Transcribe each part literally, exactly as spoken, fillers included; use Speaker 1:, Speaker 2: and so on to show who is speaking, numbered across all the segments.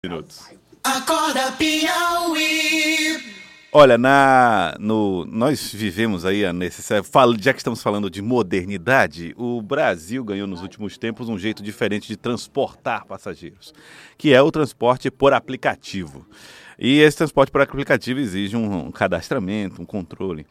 Speaker 1: Minutos.
Speaker 2: Acorda Piauí.
Speaker 1: Olha, na, no, nós vivemos aí a necessidade, já que estamos falando de modernidade, o Brasil ganhou nos últimos tempos um jeito diferente de transportar passageiros, que é o transporte por aplicativo. E esse transporte por aplicativo exige um, um cadastramento, um controle.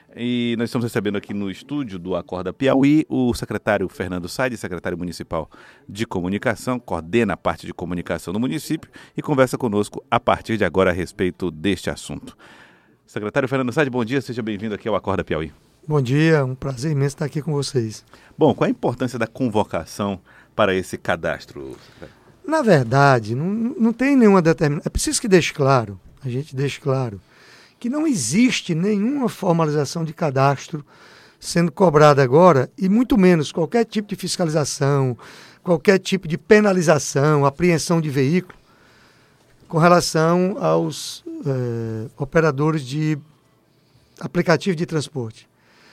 Speaker 1: E nós estamos recebendo aqui no estúdio do Acorda Piauí o secretário Fernando Saide, secretário municipal de comunicação, coordena a parte de comunicação do município e conversa conosco a partir de agora a respeito deste assunto. Secretário Fernando Saide, bom dia, seja bem-vindo aqui ao Acorda Piauí.
Speaker 3: Bom dia, um prazer imenso estar aqui com vocês.
Speaker 1: Bom, qual a importância da convocação para esse cadastro, secretário?
Speaker 3: Na verdade, não, não tem nenhuma determinação. É preciso que deixe claro, a gente deixe claro, que não existe nenhuma formalização de cadastro sendo cobrada agora, e muito menos qualquer tipo de fiscalização, qualquer tipo de penalização, apreensão de veículo, com relação aos é, operadores de aplicativo de transporte.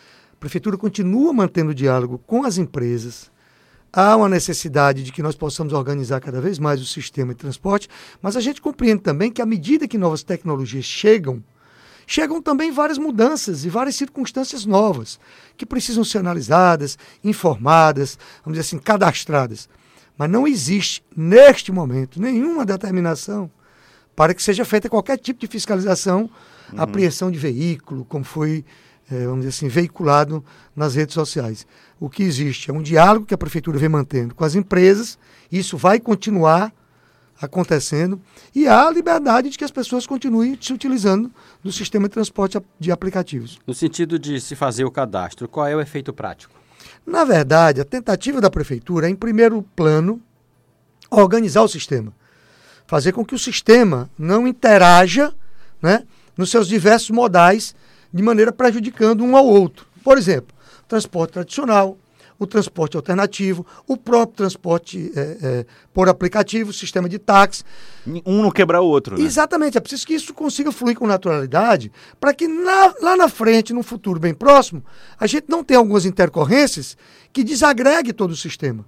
Speaker 3: A Prefeitura continua mantendo diálogo com as empresas. Há uma necessidade de que nós possamos organizar cada vez mais o sistema de transporte, mas a gente compreende também que à medida que novas tecnologias chegam, chegam também várias mudanças e várias circunstâncias novas, que precisam ser analisadas, informadas, vamos dizer assim, cadastradas. Mas não existe, neste momento, nenhuma determinação para que seja feita qualquer tipo de fiscalização, uhum. apreensão de veículo, como foi, eh, vamos dizer assim, veiculado nas redes sociais. O que existe é um diálogo que a Prefeitura vem mantendo com as empresas, isso vai continuar acontecendo, e há a liberdade de que as pessoas continuem se utilizando do sistema de transporte de aplicativos.
Speaker 4: No sentido de se fazer o cadastro, qual é o efeito prático?
Speaker 3: Na verdade, a tentativa da Prefeitura é, em primeiro plano, organizar o sistema. Fazer com que o sistema não interaja, né, nos seus diversos modais, de maneira prejudicando um ao outro. Por exemplo, o transporte tradicional, o transporte alternativo, o próprio transporte é, é, por aplicativo, o sistema de táxi.
Speaker 1: Um não quebrar o outro, né?
Speaker 3: Exatamente, é preciso que isso consiga fluir com naturalidade, para que na, lá na frente, num futuro bem próximo, a gente não tenha algumas intercorrências que desagregue todo o sistema.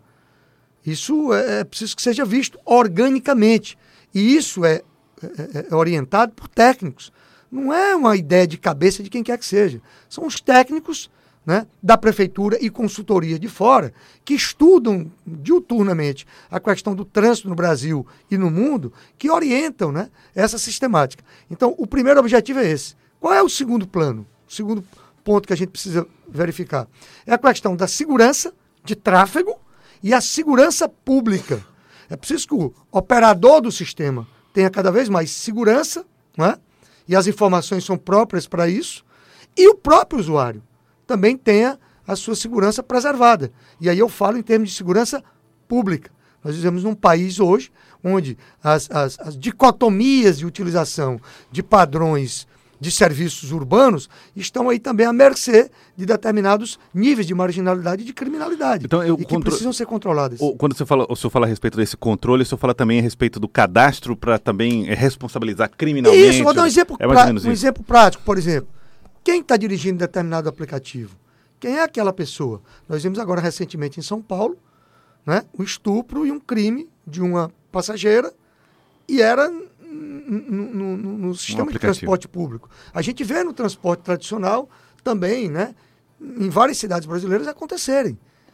Speaker 3: Isso é, é preciso que seja visto organicamente. E isso é, é, é orientado por técnicos. Não é uma ideia de cabeça de quem quer que seja. São os técnicos, né, da Prefeitura e consultoria de fora, que estudam diuturnamente a questão do trânsito no Brasil e no mundo, que orientam, né, essa sistemática. Então, o primeiro objetivo é esse. Qual é o segundo plano? O segundo ponto que a gente precisa verificar é a questão da segurança de tráfego e a segurança pública. É preciso que o operador do sistema tenha cada vez mais segurança, né, e as informações são próprias para isso, e o próprio usuário também tenha a sua segurança preservada. E aí eu falo em termos de segurança pública. Nós vivemos num país hoje onde as, as, as dicotomias de utilização de padrões de serviços urbanos estão aí também à mercê de determinados níveis de marginalidade e de criminalidade,
Speaker 1: então, eu
Speaker 3: e que
Speaker 1: contro...
Speaker 3: precisam ser controladas.
Speaker 1: Quando você fala, o senhor fala a respeito desse controle, o senhor fala também a respeito do cadastro para também responsabilizar criminalmente?
Speaker 3: Isso, vou dar um exemplo,
Speaker 1: é
Speaker 3: pra... um exemplo prático, por exemplo. Quem está dirigindo determinado aplicativo? Quem é aquela pessoa? Nós vimos agora recentemente em São Paulo, né, um estupro e um crime de uma passageira, e era no, no, no, no sistema um de transporte público. A gente vê no transporte tradicional também, né, em várias cidades brasileiras acontecerem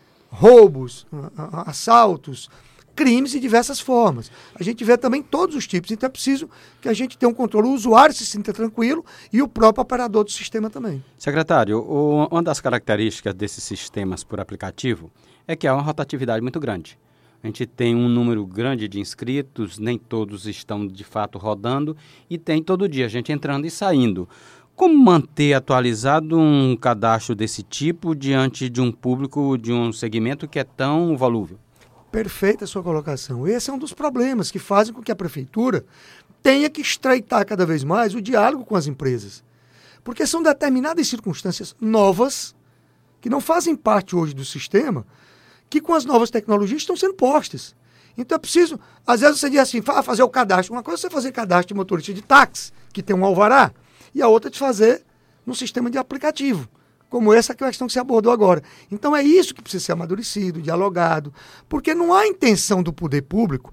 Speaker 3: roubos, assaltos, crimes de diversas formas. A gente vê também todos os tipos, então é preciso que a gente tenha um controle, o usuário se sinta tranquilo e o próprio operador do sistema também.
Speaker 4: Secretário, o, uma das características desses sistemas por aplicativo é que há uma rotatividade muito grande. A gente tem um número grande de inscritos, nem todos estão de fato rodando, e tem todo dia a gente entrando e saindo. Como manter atualizado um cadastro desse tipo diante de um público, de um segmento que é tão volúvel?
Speaker 3: Perfeita a sua colocação. Esse é um dos problemas que fazem com que a Prefeitura tenha que estreitar cada vez mais o diálogo com as empresas. Porque são determinadas circunstâncias novas, que não fazem parte hoje do sistema, que com as novas tecnologias estão sendo postas. Então é preciso, às vezes você diz assim, fazer o cadastro. Uma coisa é você fazer cadastro de motorista de táxi, que tem um alvará, e a outra é de fazer no sistema de aplicativo, como essa questão que você abordou agora. Então é isso que precisa ser amadurecido, dialogado, porque não há intenção do poder público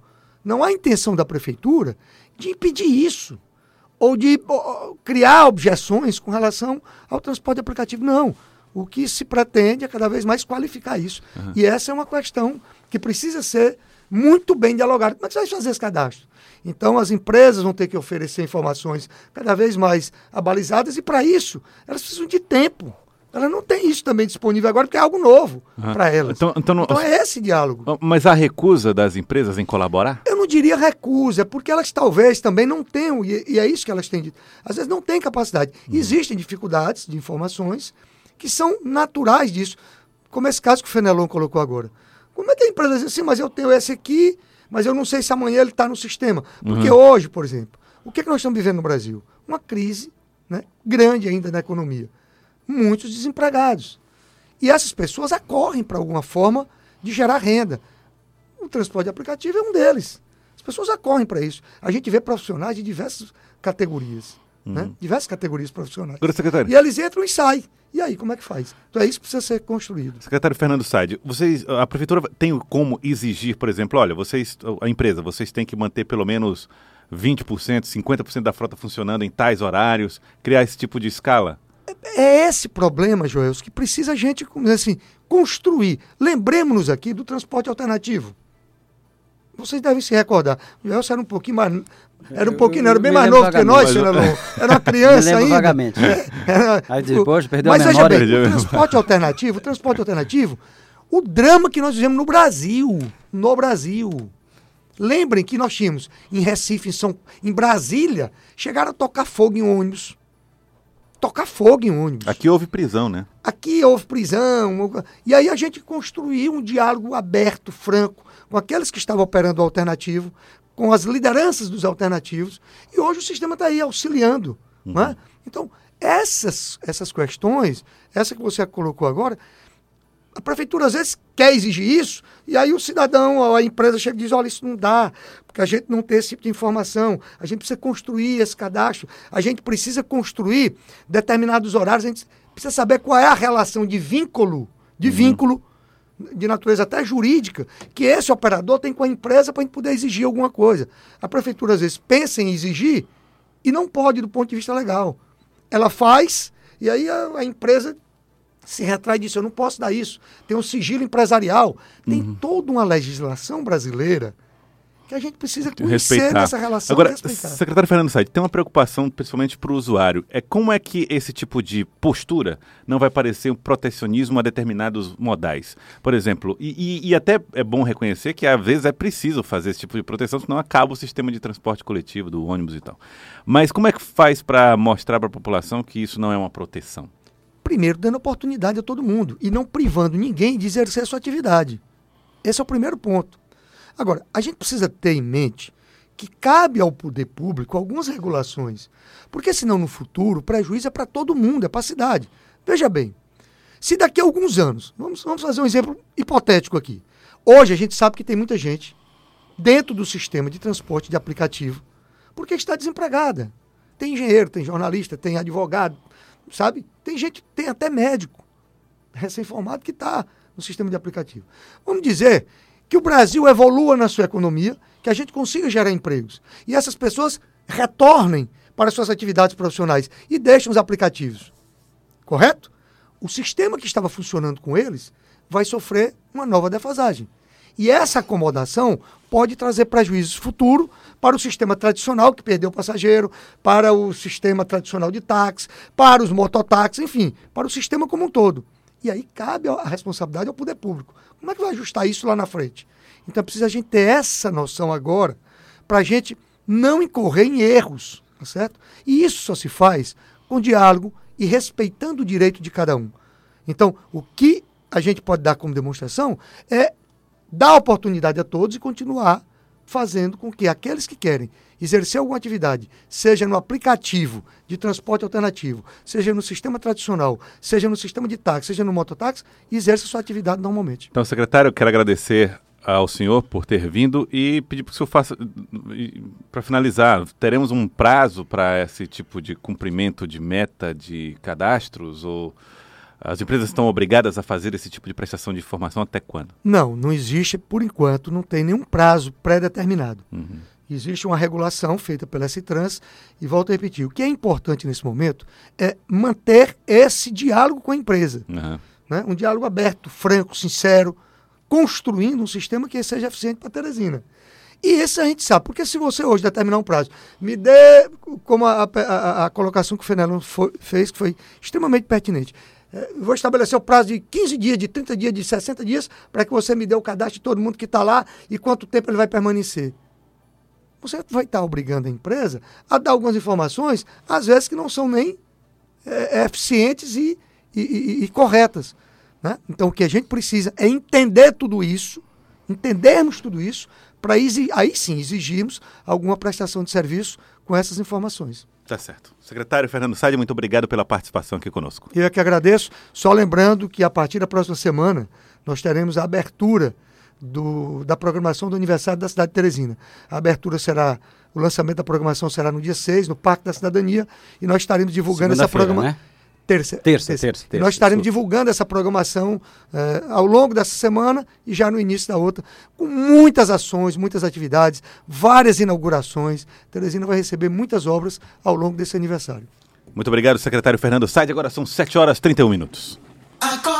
Speaker 3: Não há intenção da prefeitura de impedir isso, ou de ou, criar objeções com relação ao transporte aplicativo. Não. O que se pretende é cada vez mais qualificar isso. Uhum. E essa é uma questão que precisa ser muito bem dialogada. Como é que você vai fazer esse cadastro? Então, as empresas vão ter que oferecer informações cada vez mais abalizadas e, para isso, elas precisam de tempo. Elas não têm isso também disponível agora, porque é algo novo uhum. para elas. Então, então, não, então é esse diálogo.
Speaker 1: Mas a recusa das empresas em colaborar?
Speaker 3: Eu não diria recusa, porque elas talvez também não tenham, e, e é isso que elas têm dito, às vezes não têm capacidade. Uhum. Existem dificuldades de informações que são naturais disso, como esse caso que o Fenelon colocou agora. Como é que a empresa diz assim, mas eu tenho esse aqui, mas eu não sei se amanhã ele está no sistema. Porque uhum. hoje, por exemplo, o que, é que nós estamos vivendo no Brasil? Uma crise, né, grande ainda na economia. Muitos desempregados. E essas pessoas acorrem para alguma forma de gerar renda. O transporte aplicativo é um deles. As pessoas acorrem para isso. A gente vê profissionais de diversas categorias. Uhum. Né? Diversas categorias profissionais.
Speaker 1: Agora, secretário.
Speaker 3: E eles entram e saem. E aí, como é que faz? Então é isso que precisa ser construído.
Speaker 1: Secretário Fernando Said, vocês, a prefeitura tem como exigir, por exemplo, olha, vocês, a empresa, vocês têm que manter pelo menos vinte por cento, cinquenta por cento da frota funcionando em tais horários, criar esse tipo de escala?
Speaker 3: É, é esse problema, Joels, que precisa a gente assim, construir. Lembremos-nos aqui do transporte alternativo. Vocês devem se recordar. O Joels era um pouquinho mais... Era um pouquinho, era bem mais novo que nós, Fernando. Era uma criança
Speaker 4: me
Speaker 3: ainda.
Speaker 4: Vagamente.
Speaker 3: Era,
Speaker 4: Aí depois perdeu
Speaker 3: mas
Speaker 4: a memória.
Speaker 3: Mas veja bem, o transporte alternativo, o transporte alternativo, o drama que nós vivemos no Brasil, no Brasil. Lembrem que nós tínhamos em Recife, em, São, em Brasília, chegaram a tocar fogo em ônibus. Tocar fogo em ônibus.
Speaker 1: Aqui houve prisão, né?
Speaker 3: Aqui houve prisão. E aí a gente construiu um diálogo aberto, franco, com aqueles que estavam operando o alternativo, com as lideranças dos alternativos, e hoje o sistema está aí auxiliando. Uhum. Não é? Então, essas, essas questões, essa que você colocou agora, a prefeitura às vezes quer exigir isso, e aí o cidadão, a empresa chega e diz, olha, isso não dá, porque a gente não tem esse tipo de informação, a gente precisa construir esse cadastro, a gente precisa construir determinados horários, a gente precisa saber qual é a relação de vínculo, de uhum. vínculo, de natureza até jurídica, que esse operador tem com a empresa para a gente poder exigir alguma coisa. A prefeitura, às vezes, pensa em exigir e não pode do ponto de vista legal. Ela faz e aí a, a empresa se retrai disso. Eu não posso dar isso. Tem um sigilo empresarial. Tem uhum. toda uma legislação brasileira que a gente precisa conhecer
Speaker 1: respeitar.
Speaker 3: Nessa relação.
Speaker 1: Agora, secretário Fernando Said, tem uma preocupação principalmente para o usuário. É como é que esse tipo de postura não vai parecer um protecionismo a determinados modais? Por exemplo, e, e, e até é bom reconhecer que às vezes é preciso fazer esse tipo de proteção, senão acaba o sistema de transporte coletivo, do ônibus e tal. Mas como é que faz para mostrar para a população que isso não é uma proteção?
Speaker 3: Primeiro, dando oportunidade a todo mundo e não privando ninguém de exercer a sua atividade. Esse é o primeiro ponto. Agora, a gente precisa ter em mente que cabe ao poder público algumas regulações, porque senão no futuro o prejuízo é para todo mundo, é para a cidade. Veja bem, se daqui a alguns anos, vamos, vamos fazer um exemplo hipotético aqui, hoje a gente sabe que tem muita gente dentro do sistema de transporte de aplicativo, porque está desempregada. Tem engenheiro, tem jornalista, tem advogado, sabe? Tem gente, tem até médico recém-formado que está no sistema de aplicativo. Vamos dizer que o Brasil evolua na sua economia, que a gente consiga gerar empregos. E essas pessoas retornem para suas atividades profissionais e deixem os aplicativos. Correto? O sistema que estava funcionando com eles vai sofrer uma nova defasagem. E essa acomodação pode trazer prejuízos futuros para o sistema tradicional, que perdeu o passageiro, para o sistema tradicional de táxi, para os mototáxis, enfim, para o sistema como um todo. E aí cabe a responsabilidade ao poder público. Como é que vai ajustar isso lá na frente? Então precisa a gente ter essa noção agora para a gente não incorrer em erros, tá certo? E isso só se faz com diálogo e respeitando o direito de cada um. Então, o que a gente pode dar como demonstração é dar oportunidade a todos e continuar fazendo com que aqueles que querem exercer alguma atividade, seja no aplicativo de transporte alternativo, seja no sistema tradicional, seja no sistema de táxi, seja no mototáxi, exerça sua atividade normalmente.
Speaker 1: Então, secretário, eu quero agradecer ao senhor por ter vindo e pedir para que o senhor faça, para finalizar, teremos um prazo para esse tipo de cumprimento de meta de cadastros ou As empresas estão obrigadas a fazer esse tipo de prestação de informação até quando?
Speaker 3: Não, não existe, por enquanto, não tem nenhum prazo pré-determinado.
Speaker 1: Uhum.
Speaker 3: Existe uma regulação feita pela S-Trans e volto a repetir, o que é importante nesse momento é manter esse diálogo com a empresa.
Speaker 1: Uhum.
Speaker 3: Né? Um diálogo aberto, franco, sincero, construindo um sistema que seja eficiente para Teresina. E esse a gente sabe, porque se você hoje determinar um prazo, me dê, como a, a, a colocação que o Fenelon foi, fez, que foi extremamente pertinente, é, vou estabelecer o prazo de quinze dias, de trinta dias, de sessenta dias, para que você me dê o cadastro de todo mundo que está lá e quanto tempo ele vai permanecer. Você vai estar obrigando a empresa a dar algumas informações, às vezes que não são nem é, eficientes e, e, e, e corretas. Né? Então, o que a gente precisa é entender tudo isso, entendermos tudo isso, para aí sim exigirmos alguma prestação de serviço com essas informações.
Speaker 1: Tá certo. Secretário Fernando Saad, muito obrigado pela participação aqui conosco.
Speaker 3: Eu é que agradeço. Só lembrando que a partir da próxima semana nós teremos a abertura do, da programação do aniversário da cidade de Teresina. A abertura será, o lançamento da programação será no dia seis, no Parque da Cidadania, e nós estaremos divulgando essa programação.
Speaker 4: Né?
Speaker 3: Terça,
Speaker 4: terça,
Speaker 3: terça,
Speaker 4: terça, terça.
Speaker 3: Nós estaremos divulgando essa programação eh, ao longo dessa semana e já no início da outra, com muitas ações, muitas atividades, várias inaugurações. Teresina vai receber muitas obras ao longo desse aniversário.
Speaker 1: Muito obrigado, secretário Fernando Saad. Agora são sete horas e trinta e um minutos.